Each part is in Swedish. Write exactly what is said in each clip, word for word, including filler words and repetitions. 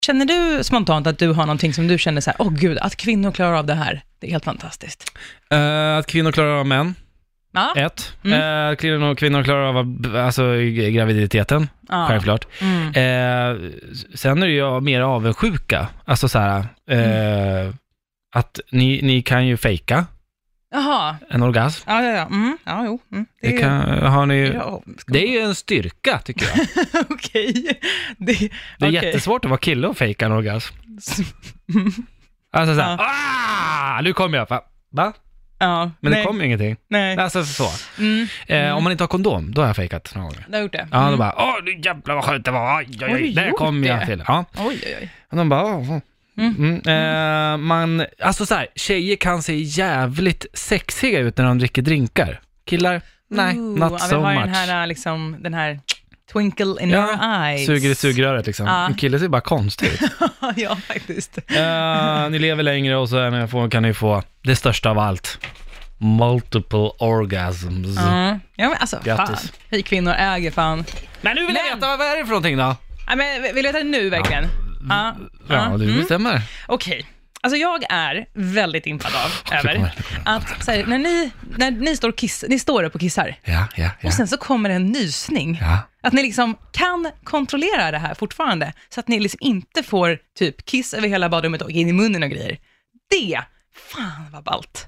Känner du spontant att du har någonting som du känner så här, åh oh, gud, att kvinnor klarar av det här, det är helt fantastiskt. Uh, att kvinnor klarar av män. Ja. Ett. Mm. Uh, kvinnor, kvinnor klarar av alltså, graviditeten, ja. Självklart. Mm. Uh, sen är det ju mer avundsjuka. Alltså så här, uh, mm. att ni, ni kan ju fejka. Jaha. En orgasm. Ja, ja, ja. Mm. Ja, jo. Mm. Det, det, kan, har ni, ja, det är ju en styrka, tycker jag. Okej. Det, det är okay. jättesvårt att vara kille och fejka en orgasm. Alltså såhär, ja. ah, nu kommer jag. Va? Va? Ja, men nej. det kommer ingenting. Nej. Alltså så. Mm. Eh, Mm. Om man inte har kondom, då har jag fejkat några gånger. Du har gjort det? Ja, mm. då bara, åh, nu jävlar vad skönt det var. Oj, oj, oj. Där kom jag till. Ja. Oj, oj, oj. Och de bara, åh. Mm. Mm. Eh, man, alltså så här, tjejer kan se jävligt sexiga ut när de dricker drinkar. Killar, nej, Ooh, not ja, so vi har much. Den här, liksom, den här twinkle in ja, your eyes. Suger i sugröret liksom. Ja. En kille ser bara konstigt ut. Ja, faktiskt. Eh, ni lever längre och så får, kan ni få det största av allt. Multiple orgasms. Mm. Ja, men alltså, grattis. fan. Vi kvinnor äger fan. Men nu vill men... jag veta, vad är det för någonting då? Ja, men vill du veta det nu verkligen? Ja, ja, ja du bestämmer. Mm. Okej. Okay. Alltså jag är väldigt impad av över att så här, när ni när ni står och kiss, ni står upp och kissar. Ja, ja, ja. Och sen så kommer en nysning. Ja. Att ni liksom kan kontrollera det här fortfarande så att ni liksom inte får typ kiss över hela badrummet och in i munnen och grejer. Det, fan vad ballt.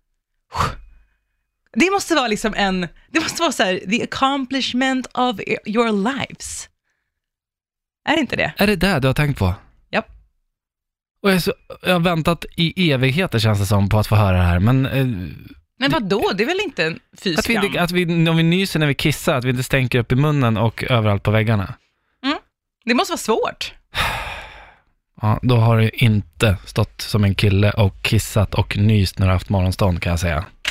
Det måste vara liksom en, det måste vara så här, the accomplishment of your lives. Är det inte det? Är det där du har tänkt på? Ja. Och jag, så, jag har väntat i evigheter, känns det som, på att få höra det här. Men, eh, men vad då? Det är väl inte en fyskam? Att vi, att vi, om vi nyser när vi kissar, att vi inte stänker upp i munnen och överallt på väggarna. Mm. Det måste vara svårt. Ja, då har det inte stått som en kille och kissat och nyst när du har haft morgonstånd, kan jag säga.